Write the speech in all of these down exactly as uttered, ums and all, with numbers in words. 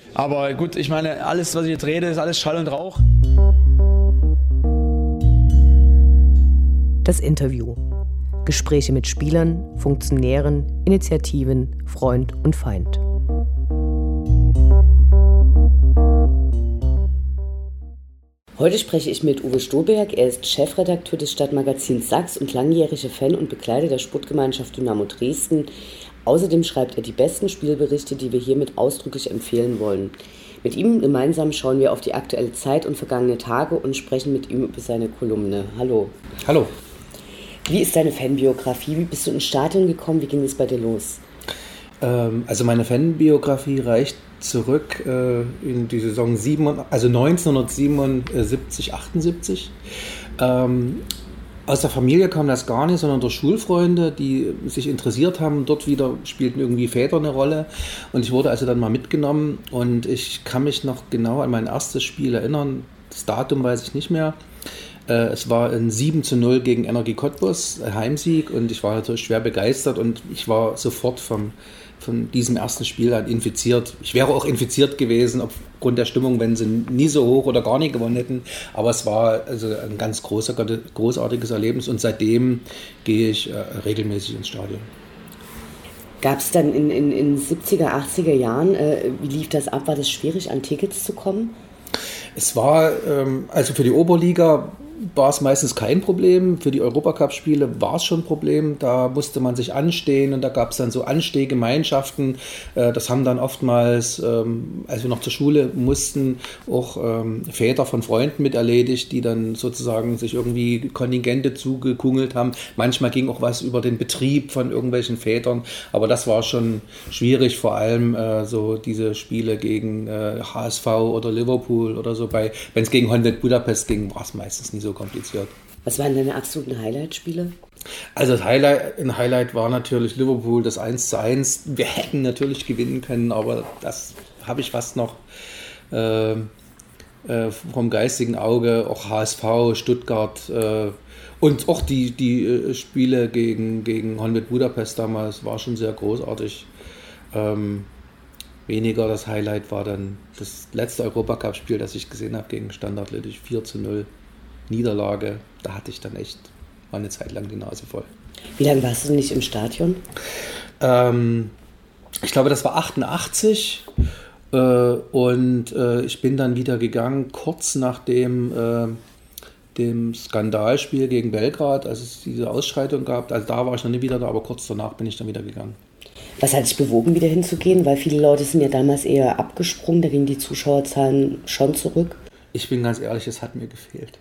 Aber gut, ich meine, alles, was ich jetzt rede, ist alles Schall und Rauch. Das Interview. Gespräche mit Spielern, Funktionären, Initiativen, Freund und Feind. Heute spreche ich mit Uwe Stoberg. Er ist Chefredakteur des Stadtmagazins Sachs und langjähriger Fan und Begleiter der Sportgemeinschaft Dynamo Dresden. Außerdem schreibt er die besten Spielberichte, die wir hiermit ausdrücklich empfehlen wollen. Mit ihm gemeinsam schauen wir auf die aktuelle Zeit und vergangene Tage und sprechen mit ihm über seine Kolumne. Hallo. Hallo. Wie ist deine Fanbiografie? Wie bist du ins Stadion gekommen? Wie ging es bei dir los? Ähm, also meine Fanbiografie reicht zurück äh, in die Saison sieben, also neunzehnhundertsiebenundsiebzig, achtundsiebzig. Ähm, Aus der Familie kam das gar nicht, sondern durch Schulfreunde, die sich interessiert haben. Dort wieder spielten irgendwie Väter eine Rolle. Und ich wurde also dann mal mitgenommen. Und ich kann mich noch genau an mein erstes Spiel erinnern. Das Datum weiß ich nicht mehr. Es war ein sieben zu null gegen Energie Cottbus, ein Heimsieg. Und ich war natürlich schwer begeistert. Und ich war sofort vom, von diesem ersten Spiel an infiziert. Ich wäre auch infiziert gewesen, aufgrund der Stimmung, wenn sie nie so hoch oder gar nicht gewonnen hätten. Aber es war also ein ganz großer, großartiges Erlebnis und seitdem gehe ich äh, regelmäßig ins Stadion. Gab es dann in den in, in siebziger, achtziger Jahren, äh, wie lief das ab? War das schwierig, an Tickets zu kommen? Es war, ähm, also für die Oberliga war es meistens kein Problem. Für die Europacup-Spiele war es schon ein Problem. Da musste man sich anstehen und da gab es dann so Anstehgemeinschaften. Das haben dann oftmals, als wir noch zur Schule mussten, auch Väter von Freunden mit erledigt, die dann sozusagen sich irgendwie Kontingente zugekungelt haben. Manchmal ging auch was über den Betrieb von irgendwelchen Vätern. Aber das war schon schwierig, vor allem so diese Spiele gegen H S V oder Liverpool oder so. Wenn es gegen Honved Budapest ging, war es meistens nie so kompliziert. Was waren deine absoluten Highlight-Spiele? Also das Highlight, ein Highlight war natürlich Liverpool, das eins zu eins. Wir hätten natürlich gewinnen können, aber das habe ich fast noch äh, äh, vom geistigen Auge. Auch H S V, Stuttgart äh, und auch die, die äh, Spiele gegen, gegen Honved Budapest damals war schon sehr großartig. Ähm, weniger das Highlight war dann das letzte Europacup-Spiel, das ich gesehen habe gegen Standard Littich, vier zu null. Niederlage, da hatte ich dann echt mal eine Zeit lang die Nase voll. Wie lange warst du nicht im Stadion? Ähm, ich glaube, das war achtundachtzig äh, und äh, ich bin dann wieder gegangen, kurz nach dem, äh, dem Skandalspiel gegen Belgrad, als es diese Ausschreitung gab. Also da war ich noch nicht wieder da, aber kurz danach bin ich dann wieder gegangen. Was hat dich bewogen, wieder hinzugehen? Weil viele Leute sind ja damals eher abgesprungen, da gingen die Zuschauerzahlen schon zurück. Ich bin ganz ehrlich, es hat mir gefehlt.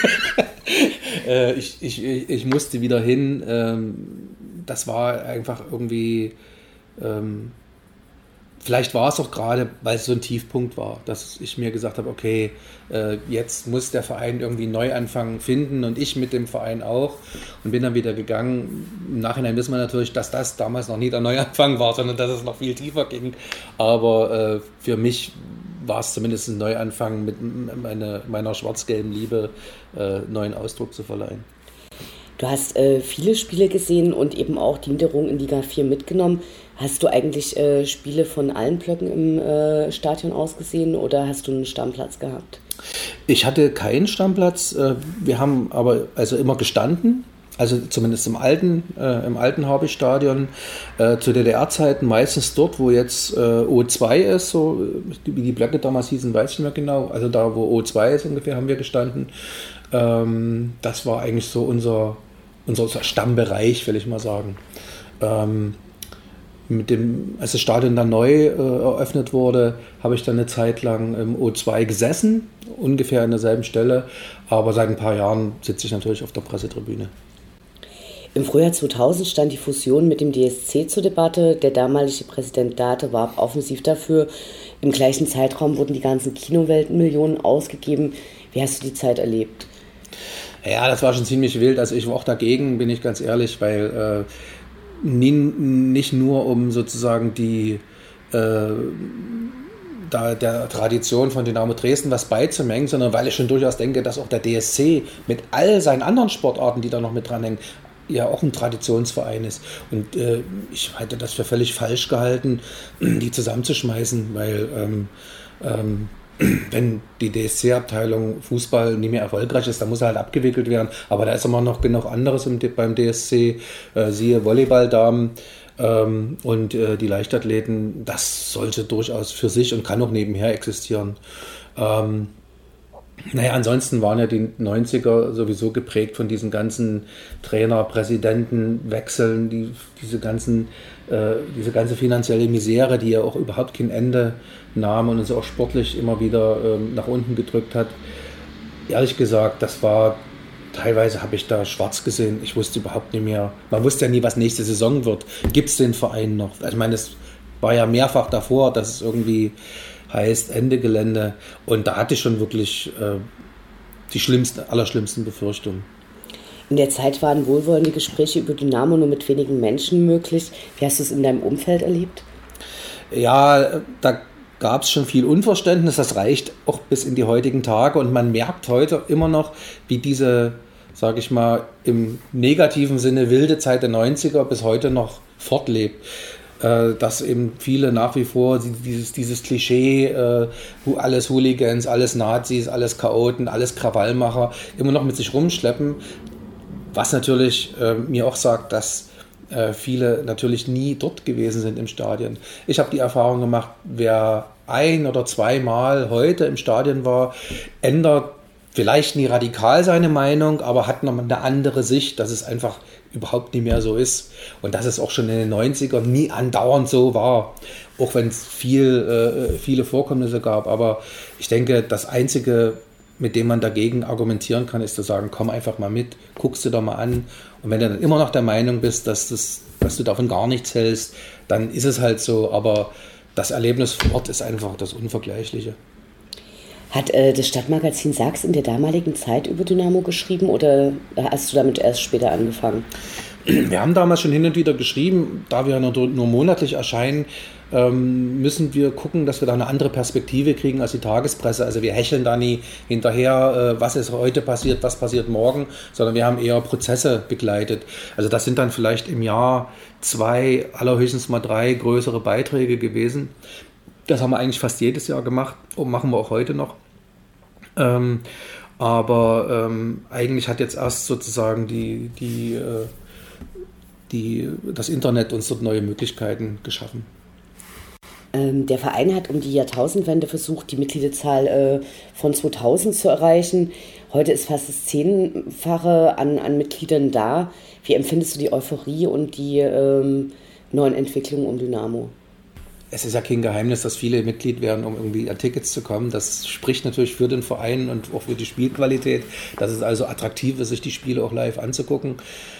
äh, ich, ich, ich musste wieder hin. Ähm, das war einfach irgendwie, ähm, vielleicht war es auch gerade, weil es so ein Tiefpunkt war, dass ich mir gesagt habe, okay, äh, jetzt muss der Verein irgendwie einen Neuanfang finden und ich mit dem Verein auch und bin dann wieder gegangen. Im Nachhinein wissen wir natürlich, dass das damals noch nie der Neuanfang war, sondern dass es noch viel tiefer ging. Aber äh, für mich war es zumindest ein Neuanfang, mit meine, meiner schwarz-gelben Liebe äh, neuen Ausdruck zu verleihen. Du hast äh, viele Spiele gesehen und eben auch die Niederung in Liga vier mitgenommen. Hast du eigentlich äh, Spiele von allen Blöcken im äh, Stadion ausgesehen oder hast du einen Stammplatz gehabt? Ich hatte keinen Stammplatz. Äh, wir haben aber also immer gestanden. Also zumindest im alten, äh, im alten Habicht-Stadion, äh, zu D D R-Zeiten meistens dort, wo jetzt äh, O zwei ist, so wie die Blöcke damals hießen, weiß ich nicht mehr genau. Also da, wo O zwei ist ungefähr, haben wir gestanden. Ähm, das war eigentlich so unser, unser Stammbereich, will ich mal sagen. Ähm, mit dem, als das Stadion dann neu äh, eröffnet wurde, habe ich dann eine Zeit lang im O zwei gesessen, ungefähr an derselben Stelle. Aber seit ein paar Jahren sitze ich natürlich auf der Pressetribüne. Im Frühjahr zweitausend stand die Fusion mit dem D S C zur Debatte. Der damalige Präsident Date warb offensiv dafür. Im gleichen Zeitraum wurden die ganzen Kinowelten Millionen ausgegeben. Wie hast du die Zeit erlebt? Ja, das war schon ziemlich wild. Also ich war auch dagegen, bin ich ganz ehrlich, weil äh, nie, nicht nur um sozusagen die äh, da der Tradition von Dynamo Dresden was beizumengen, sondern weil ich schon durchaus denke, dass auch der D S C mit all seinen anderen Sportarten, die da noch mit dranhängen, ja auch ein Traditionsverein ist. Und äh, ich hätte das für völlig falsch gehalten, die zusammenzuschmeißen, weil ähm, ähm, wenn die D S C-Abteilung Fußball nicht mehr erfolgreich ist, dann muss er halt abgewickelt werden. Aber da ist immer noch genug anderes im, beim D S C, äh, siehe Volleyballdamen ähm, und äh, die Leichtathleten. Das sollte durchaus für sich und kann auch nebenher existieren. Ähm, naja, ansonsten waren ja die neunziger sowieso geprägt von diesen ganzen Trainer, Präsidenten, Wechseln, die, diese, ganzen, äh, diese ganze finanzielle Misere, die ja auch überhaupt kein Ende nahm und uns auch sportlich immer wieder ähm, nach unten gedrückt hat. Ehrlich gesagt, das war, teilweise habe ich da schwarz gesehen. Ich wusste überhaupt nicht mehr, man wusste ja nie, was nächste Saison wird. Gibt es den Verein noch? Also ich meine, es war ja mehrfach davor, dass es irgendwie heißt Ende Gelände. Und da hatte ich schon wirklich äh, die schlimmsten, allerschlimmsten Befürchtungen. In der Zeit waren wohlwollende Gespräche über Dynamo nur mit wenigen Menschen möglich. Wie hast du es in deinem Umfeld erlebt? Ja, da gab es schon viel Unverständnis. Das reicht auch bis in die heutigen Tage. Und man merkt heute immer noch, wie diese, sage ich mal, im negativen Sinne wilde Zeit der neunziger bis heute noch fortlebt. Dass eben viele nach wie vor dieses, dieses Klischee, äh, alles Hooligans, alles Nazis, alles Chaoten, alles Krawallmacher immer noch mit sich rumschleppen, was natürlich äh, mir auch sagt, dass äh, viele natürlich nie dort gewesen sind im Stadion. Ich habe die Erfahrung gemacht, wer ein- oder zweimal heute im Stadion war, ändert vielleicht nie radikal seine Meinung, aber hat nochmal eine andere Sicht, dass es einfach überhaupt nicht mehr so ist und dass es auch schon in den neunzigern nie andauernd so war, auch wenn es viel, äh, viele Vorkommnisse gab. Aber ich denke, das Einzige, mit dem man dagegen argumentieren kann, ist zu sagen, komm einfach mal mit, guckst du doch mal an. Und wenn du dann immer noch der Meinung bist, dass, das, dass du davon gar nichts hältst, dann ist es halt so. Aber das Erlebnis vor Ort ist einfach das Unvergleichliche. Hat äh, das Stadtmagazin Sachs in der damaligen Zeit über Dynamo geschrieben oder hast du damit erst später angefangen? Wir haben damals schon hin und wieder geschrieben, da wir nur, nur monatlich erscheinen, ähm, müssen wir gucken, dass wir da eine andere Perspektive kriegen als die Tagespresse. Also wir hecheln da nie hinterher, äh, was ist heute passiert, was passiert morgen, sondern wir haben eher Prozesse begleitet. Also das sind dann vielleicht im Jahr zwei, allerhöchstens mal drei größere Beiträge gewesen. Das haben wir eigentlich fast jedes Jahr gemacht und machen wir auch heute noch. Ähm, aber ähm, eigentlich hat jetzt erst sozusagen die, die, äh, die, das Internet uns dort neue Möglichkeiten geschaffen. Ähm, der Verein hat um die Jahrtausendwende versucht, die Mitgliederzahl äh, von zweitausend zu erreichen. Heute ist fast das Zehnfache an, an Mitgliedern da. Wie empfindest du die Euphorie und die ähm, neuen Entwicklungen um Dynamo? Es ist ja kein Geheimnis, dass viele Mitglied werden, um irgendwie an Tickets zu kommen. Das spricht natürlich für den Verein und auch für die Spielqualität, dass es also attraktiv ist, sich die Spiele auch live anzugucken.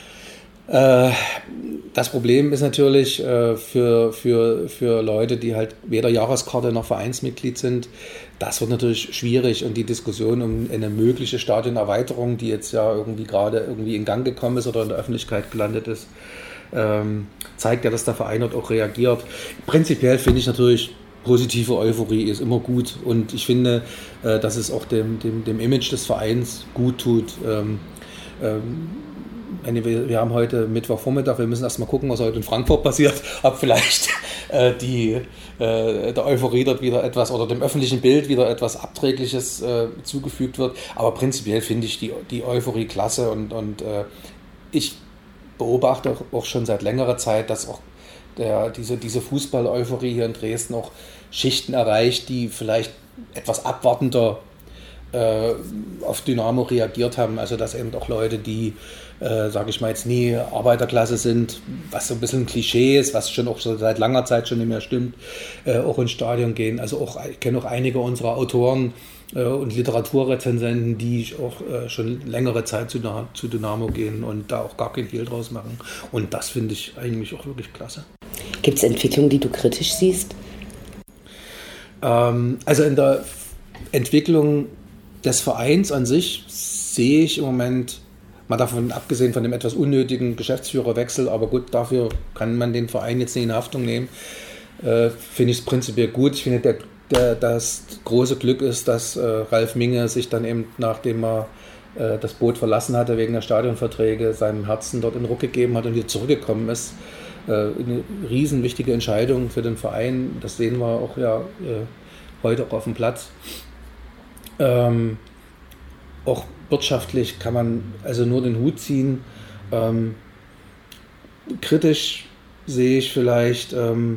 Das Problem ist natürlich für, für, für Leute, die halt weder Jahreskarte noch Vereinsmitglied sind, das wird natürlich schwierig und die Diskussion um eine mögliche Stadionerweiterung, die jetzt ja irgendwie gerade irgendwie in Gang gekommen ist oder in der Öffentlichkeit gelandet ist, Ähm, zeigt ja, dass der Verein dort auch reagiert. Prinzipiell finde ich natürlich, positive Euphorie ist immer gut und ich finde, äh, dass es auch dem, dem, dem Image des Vereins gut tut. Ähm, ähm, wir, wir haben heute Mittwochvormittag, wir müssen erst mal gucken, was heute in Frankfurt passiert, ob vielleicht äh, die, äh, der Euphorie dort wieder etwas oder dem öffentlichen Bild wieder etwas Abträgliches äh, zugefügt wird. Aber prinzipiell finde ich die, die Euphorie klasse und, und äh, ich beobachte auch schon seit längerer Zeit, dass auch der, diese, diese Fußball-Euphorie hier in Dresden auch Schichten erreicht, die vielleicht etwas abwartender äh, auf Dynamo reagiert haben. Also dass eben auch Leute, die, äh, sage ich mal jetzt nie Arbeiterklasse sind, was so ein bisschen ein Klischee ist, was schon auch schon seit langer Zeit schon nicht mehr stimmt, äh, auch ins Stadion gehen. Also auch, ich kenne auch einige unserer Autoren und Literaturrezensenten, die auch äh, schon längere Zeit zu, zu Dynamo gehen und da auch gar kein Hehl draus machen. Und das finde ich eigentlich auch wirklich klasse. Gibt es Entwicklungen, die du kritisch siehst? Ähm, also in der Entwicklung des Vereins an sich sehe ich im Moment, mal davon abgesehen von dem etwas unnötigen Geschäftsführerwechsel, aber gut, dafür kann man den Verein jetzt nicht in Haftung nehmen, äh, finde ich es prinzipiell gut. Ich finde, der Der, das große Glück ist, dass äh, Ralf Minge sich dann eben, nachdem er äh, das Boot verlassen hatte wegen der Stadionverträge, seinem Herzen dort in Ruck gegeben hat und wieder zurückgekommen ist. Äh, eine riesen wichtige Entscheidung für den Verein, das sehen wir auch ja äh, heute auch auf dem Platz. Ähm, auch wirtschaftlich kann man also nur den Hut ziehen. Ähm, kritisch sehe ich vielleicht ähm,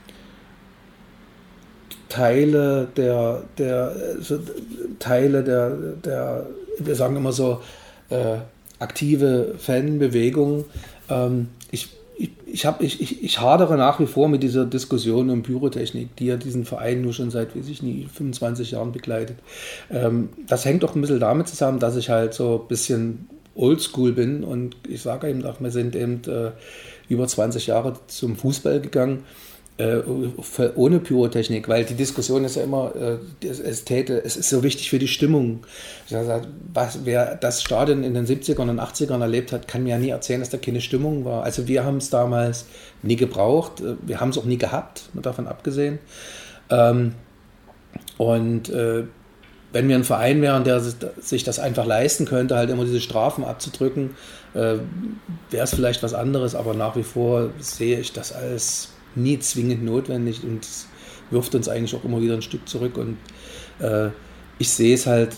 Teile der, der so Teile der, der, wir sagen immer so, äh, aktive Fanbewegung. Ähm, ich ich, ich, hab, ich, ich, ich hadere nach wie vor mit dieser Diskussion um Pyrotechnik, die ja diesen Verein nur schon seit, weiß ich nicht, fünfundzwanzig Jahren begleitet. Ähm, das hängt doch ein bisschen damit zusammen, dass ich halt so ein bisschen oldschool bin und ich sage eben auch, wir sind eben äh, über zwanzig Jahre zum Fußball gegangen, äh, ohne Pyrotechnik, weil die Diskussion ist ja immer, äh, es, es, täte, es ist so wichtig für die Stimmung. Was, wer das Stadion in den siebzigern und achtzigern erlebt hat, kann mir ja nie erzählen, dass da keine Stimmung war. Also wir haben es damals nie gebraucht, wir haben es auch nie gehabt, davon abgesehen. Ähm, und äh, wenn wir ein Verein wären, der sich das einfach leisten könnte, halt immer diese Strafen abzudrücken, äh, wäre es vielleicht was anderes, aber nach wie vor sehe ich das als nie zwingend notwendig und es wirft uns eigentlich auch immer wieder ein Stück zurück und äh, ich sehe es halt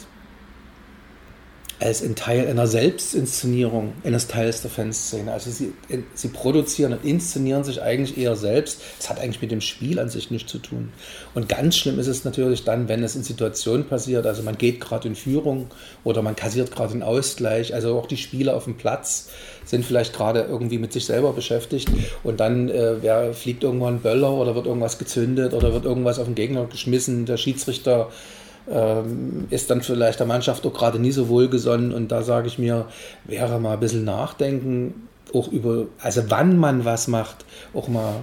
als ein Teil einer Selbstinszenierung eines Teils der Fanszene. Also sie, sie produzieren und inszenieren sich eigentlich eher selbst. Das hat eigentlich mit dem Spiel an sich nichts zu tun. Und ganz schlimm ist es natürlich dann, wenn es in Situationen passiert, also man geht gerade in Führung oder man kassiert gerade einen Ausgleich, also auch die Spieler auf dem Platz sind vielleicht gerade irgendwie mit sich selber beschäftigt und dann äh, wer, fliegt irgendwann ein Böller oder wird irgendwas gezündet oder wird irgendwas auf den Gegner geschmissen, der Schiedsrichter ähm, ist dann vielleicht der Mannschaft auch gerade nie so wohlgesonnen und da sage ich mir, wäre mal ein bisschen nachdenken, auch über, also wann man was macht, auch mal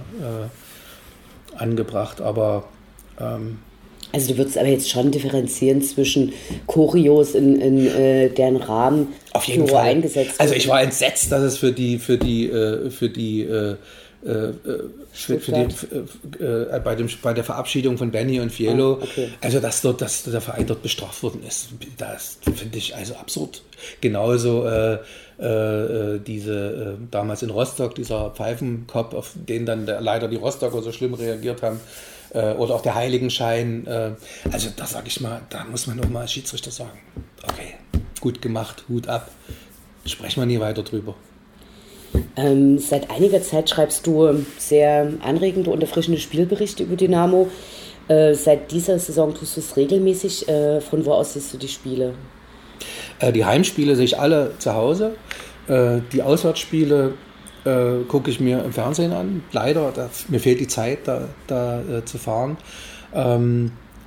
äh, angebracht, aber ähm, also du würdest aber jetzt schon differenzieren zwischen Choreos, in, in äh, deren Rahmen auf jeden Fall eingesetzt wird. Also ich war entsetzt, dass es für die für die äh, für die äh, äh, für, für die äh, bei dem bei der Verabschiedung von Benny und Fiello, ah, okay. also dass dort dass der Verein dort bestraft worden ist, das finde ich also absurd. Genauso äh, äh, diese äh, damals in Rostock dieser Pfeifenkopf, auf den dann der, leider die Rostocker so schlimm reagiert haben. Oder auch der Heiligenschein. Also da sage ich mal, da muss man noch mal als Schiedsrichter sagen, okay, gut gemacht, Hut ab, sprechen wir nie weiter drüber. Ähm, seit einiger Zeit schreibst du sehr anregende und erfrischende Spielberichte über Dynamo. Äh, seit dieser Saison tust du es regelmäßig. Äh, von wo aus siehst du die Spiele? Äh, die Heimspiele sehe ich alle zu Hause. Äh, die Auswärtsspiele Äh, gucke ich mir im Fernsehen an. Leider, da, mir fehlt die Zeit, da, da äh, zu fahren. Ähm,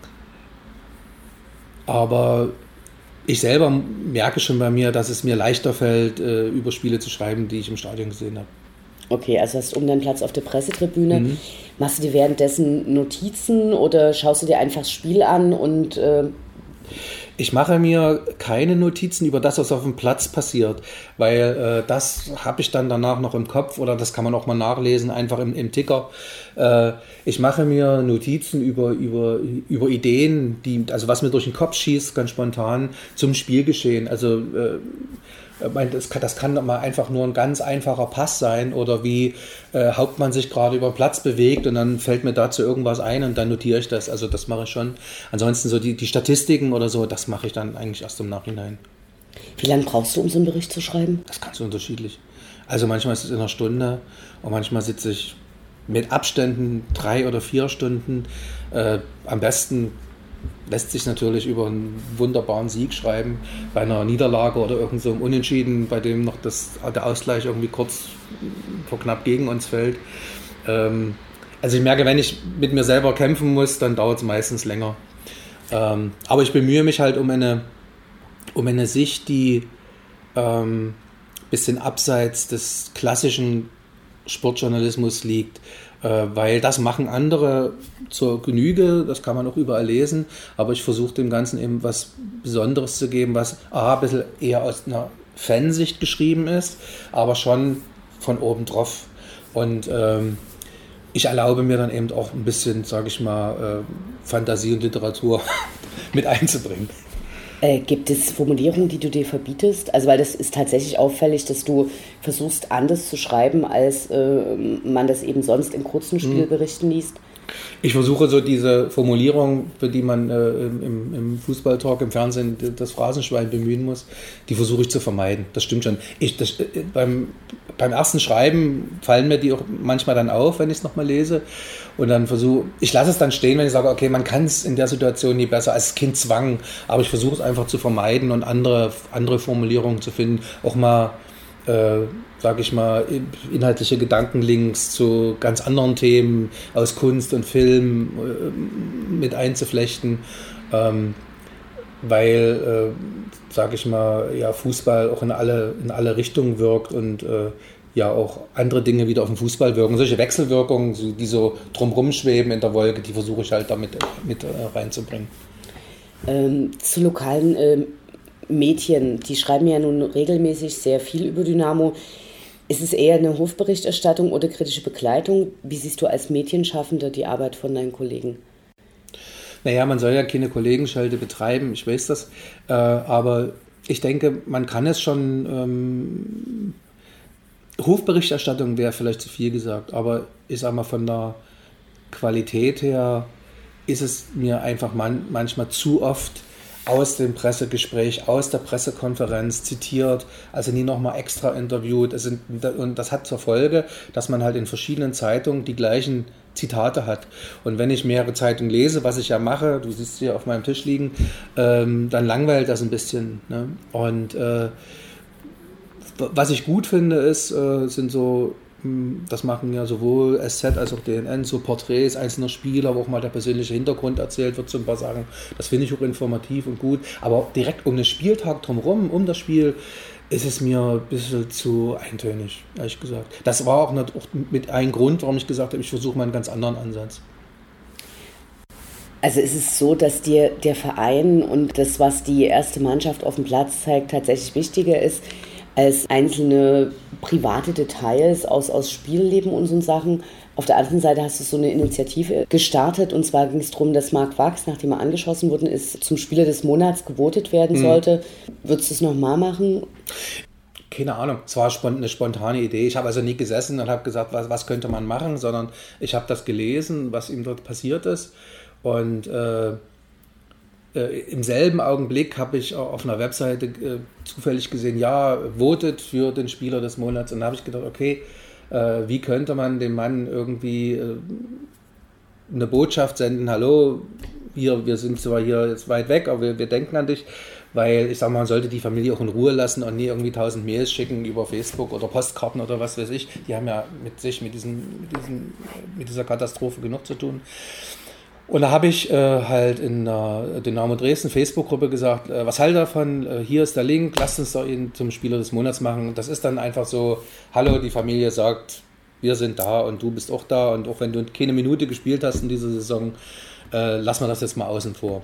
aber ich selber merke schon bei mir, dass es mir leichter fällt, äh, über Spiele zu schreiben, die ich im Stadion gesehen habe. Okay, also hast du um deinen Platz auf der Pressetribüne. Mhm. Machst du dir währenddessen Notizen oder schaust du dir einfach das Spiel an und äh Ich mache mir keine Notizen über das, was auf dem Platz passiert, weil äh, das habe ich dann danach noch im Kopf oder das kann man auch mal nachlesen, einfach im, im Ticker. Äh, ich mache mir Notizen über, über, über Ideen, die, also was mir durch den Kopf schießt, ganz spontan, zum Spielgeschehen. Also äh, Das kann, das kann mal einfach nur ein ganz einfacher Pass sein oder wie äh, Hauptmann sich gerade über den Platz bewegt und dann fällt mir dazu irgendwas ein und dann notiere ich das. Also das mache ich schon. Ansonsten so die, die Statistiken oder so, das mache ich dann eigentlich erst im Nachhinein. Wie lange brauchst du, um so einen Bericht zu schreiben? Das ist ganz unterschiedlich. Also manchmal ist es in einer Stunde und manchmal sitze ich mit Abständen drei oder vier Stunden. Äh, am besten lässt sich natürlich über einen wunderbaren Sieg schreiben, bei einer Niederlage oder irgend so einem Unentschieden, bei dem noch das, der Ausgleich irgendwie kurz vor knapp gegen uns fällt. Ähm, also ich merke, wenn ich mit mir selber kämpfen muss, dann dauert es meistens länger. Ähm, aber ich bemühe mich halt um eine, um eine Sicht, die ähm, ein bisschen abseits des klassischen Sportjournalismus liegt, weil das machen andere zur Genüge, das kann man auch überall lesen, aber ich versuche dem Ganzen eben was Besonderes zu geben, was A, ein bisschen eher aus einer Fansicht geschrieben ist, aber schon von oben drauf. Und ähm, ich erlaube mir dann eben auch ein bisschen, sage ich mal, äh, Fantasie und Literatur mit einzubringen. Äh, gibt es Formulierungen, die du dir verbietest? Also weil das ist tatsächlich auffällig, dass du versuchst, anders zu schreiben, als äh, man das eben sonst in kurzen Spielberichten liest. Ich versuche so diese Formulierung, für die man äh, im, im Fußballtalk, im Fernsehen das Phrasenschwein bemühen muss, die versuche ich zu vermeiden. Das stimmt schon. Ich, das, äh, beim, beim ersten Schreiben fallen mir die auch manchmal dann auf, wenn ich es nochmal lese. Und dann versuche ich, lasse es dann stehen, wenn ich sage, okay, man kann es in der Situation nie besser, als Kind Zwang. Aber ich versuche es einfach zu vermeiden und andere, andere Formulierungen zu finden. Auch mal, äh, sage ich mal, inhaltliche Gedankenlinks zu ganz anderen Themen aus Kunst und Film äh, mit einzuflechten, ähm, weil, äh, sage ich mal, ja, Fußball auch in alle, in alle Richtungen wirkt und äh, ja auch andere Dinge wieder auf den Fußball wirken. Solche Wechselwirkungen, die so drumherum schweben in der Wolke, die versuche ich halt damit mit äh, reinzubringen. Ähm, zu lokalen ähm Medien, die schreiben ja nun regelmäßig sehr viel über Dynamo. Ist es eher eine Hofberichterstattung oder kritische Begleitung? Wie siehst du als Medienschaffender die Arbeit von deinen Kollegen? Naja, man soll ja keine Kollegenschelte betreiben, ich weiß das. Äh, aber ich denke, man kann es schon... Ähm, Hofberichterstattung wäre vielleicht zu viel gesagt, aber ich sag mal, von der Qualität her ist es mir einfach man, manchmal zu oft aus dem Pressegespräch, aus der Pressekonferenz zitiert, also nie nochmal extra interviewt. Es sind, und das hat zur Folge, dass man halt in verschiedenen Zeitungen die gleichen Zitate hat. Und wenn ich mehrere Zeitungen lese, was ich ja mache, du siehst sie auf meinem Tisch liegen, ähm, dann langweilt das ein bisschen. Ne? Und äh, was ich gut finde, ist, äh, sind so, das machen ja sowohl S Z als auch D N N, so Porträts einzelner Spieler, wo auch mal der persönliche Hintergrund erzählt wird, so ein paar Sachen. Das finde ich auch informativ und gut. Aber direkt um den Spieltag drumherum, um das Spiel, ist es mir ein bisschen zu eintönig, ehrlich gesagt. Das war auch, nicht, auch mit ein Grund, warum ich gesagt habe, ich versuche mal einen ganz anderen Ansatz. Also ist es so, dass dir der Verein und das, was die erste Mannschaft auf dem Platz zeigt, tatsächlich wichtiger ist, als einzelne private Details aus, aus Spielleben und so Sachen. Auf der anderen Seite hast du so eine Initiative gestartet, und zwar ging es darum, dass Marc Wachs, nachdem er angeschossen worden ist, zum Spieler des Monats gewotet werden sollte. Mhm. Würdest du es nochmal machen? Keine Ahnung, es war eine spontane Idee. Ich habe also nie gesessen und habe gesagt, was, was könnte man machen, sondern ich habe das gelesen, was ihm dort passiert ist. Und äh, äh, im selben Augenblick habe ich auf einer Webseite äh, zufällig gesehen, ja, votet für den Spieler des Monats. Und da habe ich gedacht, okay, äh, wie könnte man dem Mann irgendwie äh, eine Botschaft senden, hallo, hier, wir sind zwar hier jetzt weit weg, aber wir, wir denken an dich. Weil ich sag mal, man sollte die Familie auch in Ruhe lassen und nie irgendwie tausend Mails schicken über Facebook oder Postkarten oder was weiß ich. Die haben ja mit sich, mit, diesen, mit, diesen, mit dieser Katastrophe genug zu tun. Und da habe ich äh, halt in der Dynamo Dresden Facebook-Gruppe gesagt, äh, was haltet ihr davon? Äh, hier ist der Link, lasst uns doch ihn zum Spieler des Monats machen. Das ist dann einfach so, hallo, die Familie sagt, wir sind da und du bist auch da. Und auch wenn du keine Minute gespielt hast in dieser Saison, äh, lassen wir das jetzt mal außen vor.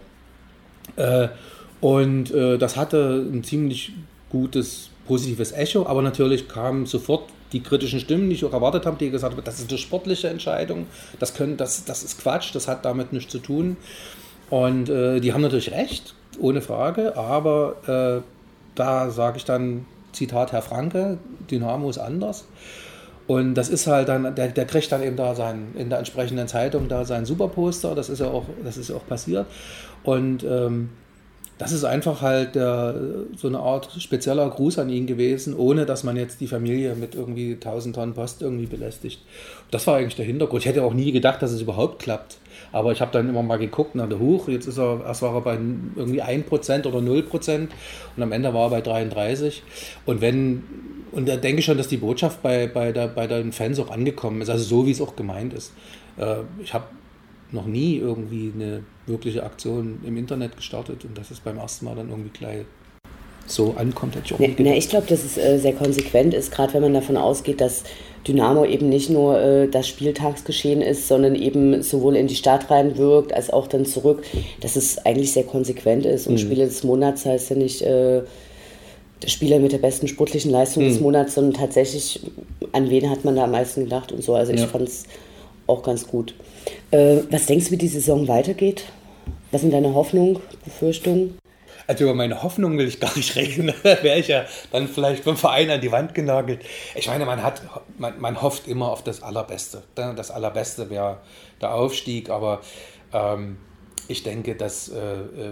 Äh, Und äh, das hatte ein ziemlich gutes, positives Echo, aber natürlich kamen sofort die kritischen Stimmen, die ich auch erwartet habe, die gesagt haben, das ist eine sportliche Entscheidung, das, können, das, das ist Quatsch, das hat damit nichts zu tun. Und äh, die haben natürlich recht, ohne Frage, aber äh, da sage ich dann, Zitat Herr Franke, Dynamo ist anders. Und das ist halt dann, der, der kriegt dann eben da sein, in der entsprechenden Zeitung da sein Superposter, das ist ja auch, das ist ja auch passiert. Und ähm, das ist einfach halt äh, so eine Art spezieller Gruß an ihn gewesen, ohne dass man jetzt die Familie mit irgendwie tausend Tonnen Post irgendwie belästigt. Das war eigentlich der Hintergrund. Ich hätte auch nie gedacht, dass es überhaupt klappt. Aber ich habe dann immer mal geguckt, na, der Huch, jetzt ist er, erst war er bei irgendwie ein Prozent oder null Prozent und am Ende war er bei dreiunddreißig. Und wenn, und da denke ich schon, dass die Botschaft bei, bei, der, bei den Fans auch angekommen ist, also so, wie es auch gemeint ist. Äh, ich habe noch nie irgendwie eine wirkliche Aktion im Internet gestartet und dass es beim ersten Mal dann irgendwie gleich so ankommt, hätte ich auch nie gedacht. Ne, ich glaube, dass es äh, sehr konsequent ist, gerade wenn man davon ausgeht, dass Dynamo eben nicht nur äh, das Spieltagsgeschehen ist, sondern eben sowohl in die Stadt reinwirkt, als auch dann zurück, dass es eigentlich sehr konsequent ist. Und mhm. Spieler des Monats heißt ja nicht äh, der Spieler mit der besten sportlichen Leistung mhm. des Monats, sondern tatsächlich, an wen hat man da am meisten gedacht und so. Also ich ja. fand es auch ganz gut. Äh, was denkst du, wie die Saison weitergeht? Was sind deine Hoffnungen, Befürchtungen? Also über meine Hoffnung will ich gar nicht reden. Da wäre ich ja dann vielleicht vom Verein an die Wand genagelt. Ich meine, man hat, man, man hofft immer auf das Allerbeste. Das Allerbeste wäre der Aufstieg, aber ähm, ich denke, dass äh,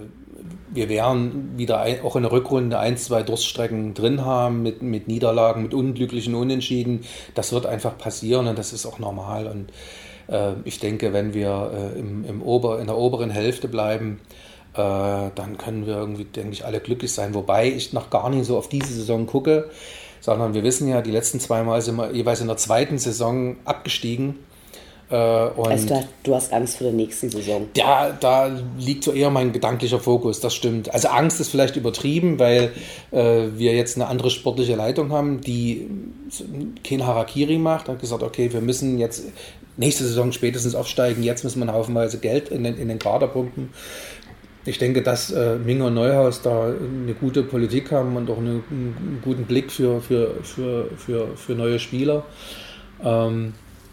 wir werden wieder ein, auch in der Rückrunde ein, zwei Durststrecken drin haben mit, mit Niederlagen, mit unglücklichen Unentschieden. Das wird einfach passieren und das ist auch normal. Und äh, ich denke, wenn wir äh, im, im Ober, in der oberen Hälfte bleiben, äh, dann können wir irgendwie, denke ich, alle glücklich sein. Wobei ich noch gar nicht so auf diese Saison gucke, sondern wir wissen ja, die letzten zwei Mal sind wir jeweils in der zweiten Saison abgestiegen. Und also du, du hast Angst vor der nächsten Saison. Ja, da liegt so eher mein gedanklicher Fokus, das stimmt. Also Angst ist vielleicht übertrieben, weil äh, wir jetzt eine andere sportliche Leitung haben, die kein Harakiri macht. Hat gesagt, okay, wir müssen jetzt nächste Saison spätestens aufsteigen, jetzt müssen wir haufenweise Geld in den, in den Kader pumpen. Ich denke, dass äh, Minger und Neuhaus da eine gute Politik haben und auch eine, einen guten Blick für, für, für, für, für neue Spieler. Ähm,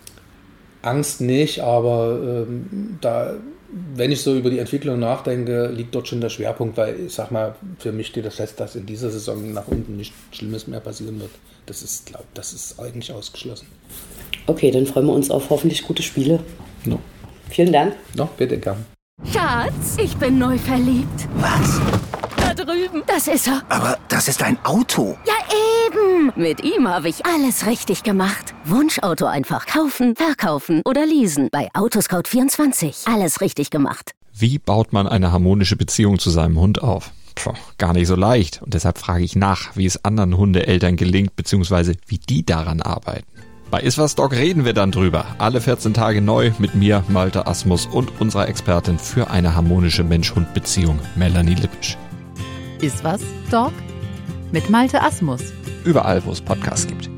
Angst nicht, aber ähm, da, wenn ich so über die Entwicklung nachdenke, liegt dort schon der Schwerpunkt, weil ich sag mal, für mich steht das fest, dass in dieser Saison nach unten nichts Schlimmes mehr passieren wird. Das ist, glaub, das ist eigentlich ausgeschlossen. Okay, dann freuen wir uns auf hoffentlich gute Spiele. No. Vielen Dank. No, bitte gern. Schatz, ich bin neu verliebt. Was? Da drüben. Das ist er. Aber das ist ein Auto. Ja, eben. Mit ihm habe ich alles richtig gemacht. Wunschauto einfach kaufen, verkaufen oder leasen. Bei Autoscout vierundzwanzig. Alles richtig gemacht. Wie baut man eine harmonische Beziehung zu seinem Hund auf? Puh, gar nicht so leicht. Und deshalb frage ich nach, wie es anderen Hundeeltern gelingt, beziehungsweise wie die daran arbeiten. Bei Iswas Dog reden wir dann drüber. Alle vierzehn Tage neu mit mir, Malte Asmus und unserer Expertin für eine harmonische Mensch-Hund-Beziehung, Melanie Lippisch. Iswas Dog mit Malte Asmus. Überall, wo es Podcasts gibt.